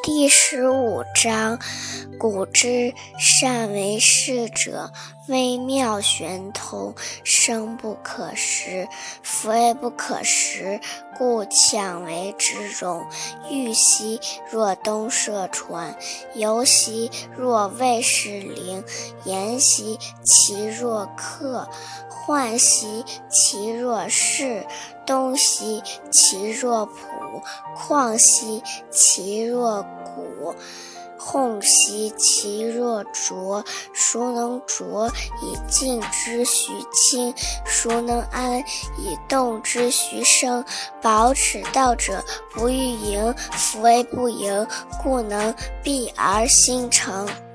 第15章，古之善为士者，微妙玄通，生不可识。夫谓不可识，故强为之容。欲兮若东涉川，游兮若未识陵，言兮其若客，涣兮其若市，东兮其若朴，旷兮其若谷，泓兮其若浊。孰能浊以静之徐清？孰能安以动之徐生？保持道者不欲盈，夫谓不盈，故能避而心诚。